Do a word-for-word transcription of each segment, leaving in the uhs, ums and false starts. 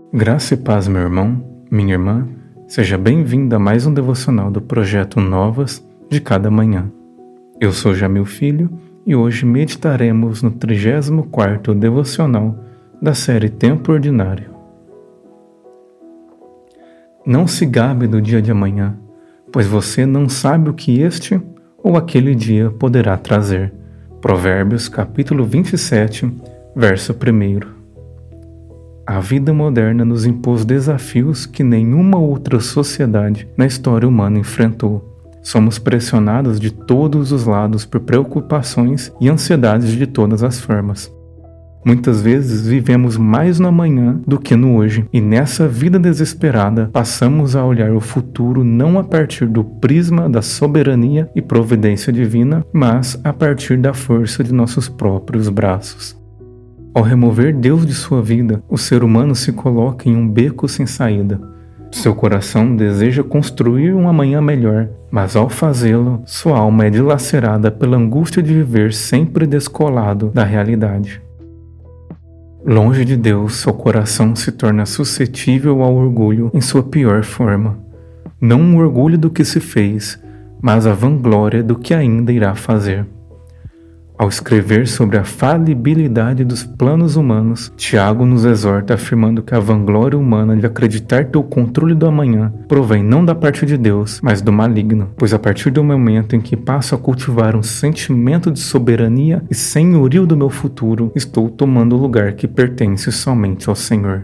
Graça e paz, meu irmão, minha irmã, seja bem-vindo a mais um devocional do projeto Novas de Cada Manhã. Eu sou Jamil Filho e hoje meditaremos no trigésimo quarto devocional da série Tempo Ordinário. Não se gabe do dia de amanhã, pois você não sabe o que este ou aquele dia poderá trazer. Provérbios capítulo vinte e sete, verso primeiro. A vida moderna nos impôs desafios que nenhuma outra sociedade na história humana enfrentou. Somos pressionados de todos os lados por preocupações e ansiedades de todas as formas. Muitas vezes vivemos mais no amanhã do que no hoje, e nessa vida desesperada passamos a olhar o futuro não a partir do prisma da soberania e providência divina, mas a partir da força de nossos próprios braços. Ao remover Deus de sua vida, o ser humano se coloca em um beco sem saída. Seu coração deseja construir um amanhã melhor, mas ao fazê-lo, sua alma é dilacerada pela angústia de viver sempre descolado da realidade. Longe de Deus, seu coração se torna suscetível ao orgulho em sua pior forma. Não um orgulho do que se fez, mas a vanglória do que ainda irá fazer. Ao escrever sobre a falibilidade dos planos humanos, Tiago nos exorta afirmando que a vanglória humana de acreditar ter o controle do amanhã provém não da parte de Deus, mas do maligno, pois a partir do momento em que passo a cultivar um sentimento de soberania e senhorio do meu futuro, estou tomando o lugar que pertence somente ao Senhor.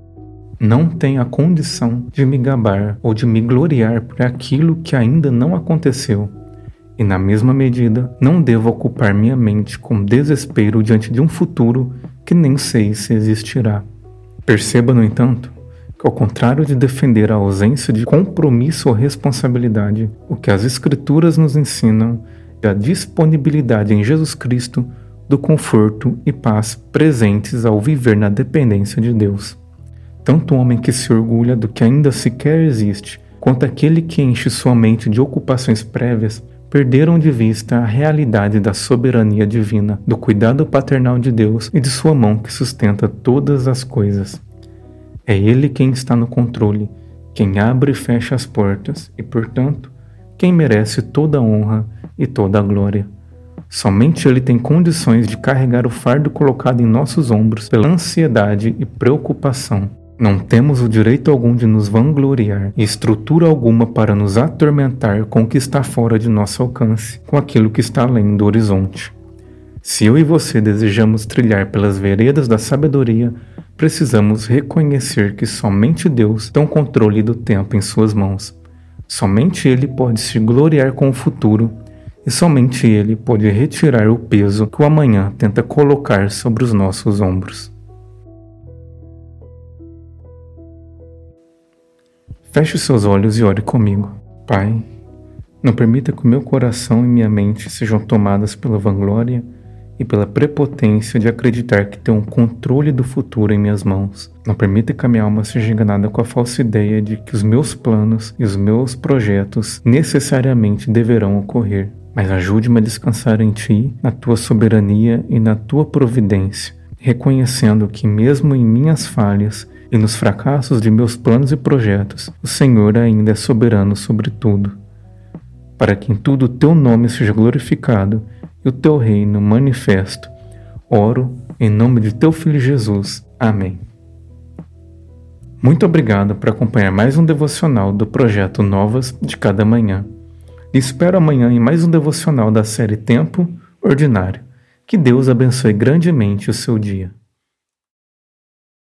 Não tenho a condição de me gabar ou de me gloriar por aquilo que ainda não aconteceu. E na mesma medida, não devo ocupar minha mente com desespero diante de um futuro que nem sei se existirá. Perceba, no entanto, que ao contrário de defender a ausência de compromisso ou responsabilidade, o que as Escrituras nos ensinam é a disponibilidade em Jesus Cristo do conforto e paz presentes ao viver na dependência de Deus. Tanto o homem que se orgulha do que ainda sequer existe, quanto aquele que enche sua mente de ocupações prévias, perderam de vista a realidade da soberania divina, do cuidado paternal de Deus e de sua mão que sustenta todas as coisas. É Ele quem está no controle, quem abre e fecha as portas e, portanto, quem merece toda a honra e toda a glória. Somente Ele tem condições de carregar o fardo colocado em nossos ombros pela ansiedade e preocupação. Não temos o direito algum de nos vangloriar e estrutura alguma para nos atormentar com o que está fora de nosso alcance, com aquilo que está além do horizonte. Se eu e você desejamos trilhar pelas veredas da sabedoria, precisamos reconhecer que somente Deus tem o controle do tempo em suas mãos. Somente Ele pode se gloriar com o futuro e somente Ele pode retirar o peso que o amanhã tenta colocar sobre os nossos ombros. Feche seus olhos e ore comigo. Pai, não permita que o meu coração e minha mente sejam tomadas pela vanglória e pela prepotência de acreditar que tenho um controle do futuro em minhas mãos. Não permita que a minha alma seja enganada com a falsa ideia de que os meus planos e os meus projetos necessariamente deverão ocorrer. Mas ajude-me a descansar em Ti, na Tua soberania e na Tua providência, reconhecendo que mesmo em minhas falhas e nos fracassos de meus planos e projetos, o Senhor ainda é soberano sobre tudo, para que em tudo o Teu nome seja glorificado e o Teu reino manifesto. Oro em nome de Teu Filho Jesus. Amém. Muito obrigado por acompanhar mais um devocional do projeto Novas de Cada Manhã. E espero amanhã em mais um devocional da série Tempo Ordinário. Que Deus abençoe grandemente o seu dia.